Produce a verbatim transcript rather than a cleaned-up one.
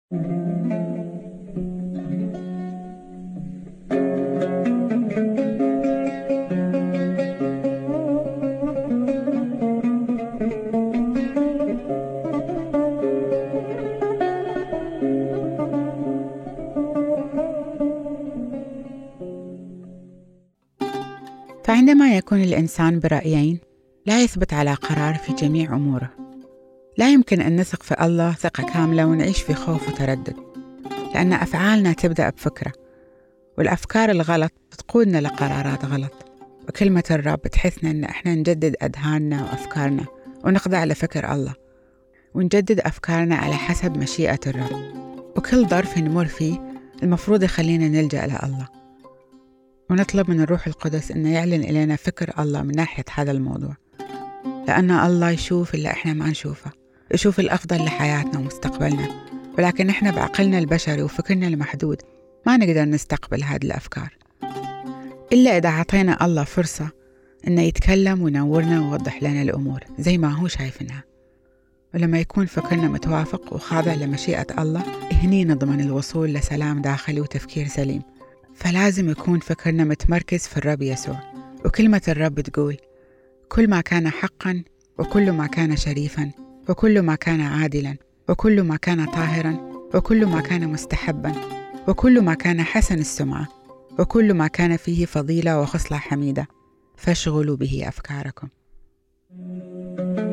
فعندما يكون الإنسان برأيين لا يثبت على قرار في جميع أموره. لا يمكن أن نثق في الله ثقة كاملة ونعيش في خوف وتردد، لأن أفعالنا تبدأ بفكرة، والأفكار الغلط تقودنا لقرارات غلط. وكلمة الرب تحثنا أن احنا نجدد أذهاننا وأفكارنا ونخضع لفكر الله، ونجدد أفكارنا على حسب مشيئة الرب. وكل ظرف نمر فيه المفروض يخلينا نلجأ لله، ونطلب من الروح القدس أنه يعلن إلينا فكر الله من ناحية هذا الموضوع، لأن الله يشوف اللي إحنا ما نشوفه، يشوف الأفضل لحياتنا ومستقبلنا. ولكن إحنا بعقلنا البشري وفكرنا المحدود ما نقدر نستقبل هذه الأفكار إلا إذا عطينا الله فرصة أنه يتكلم وينورنا ويوضح لنا الأمور زي ما هو شايفنها. ولما يكون فكرنا متوافق وخاضع لمشيئة الله، هني نضمن الوصول لسلام داخلي وتفكير سليم. فلازم يكون فكرنا متمركز في الرب يسوع. وكلمة الرب تقول: كل ما كان حقا، وكل ما كان شريفا، وكل ما كان عادلا، وكل ما كان طاهرا، وكل ما كان مستحبا، وكل ما كان حسن السمعة، وكل ما كان فيه فضيلة وخصلة حميدة، فاشغلوا به أفكاركم.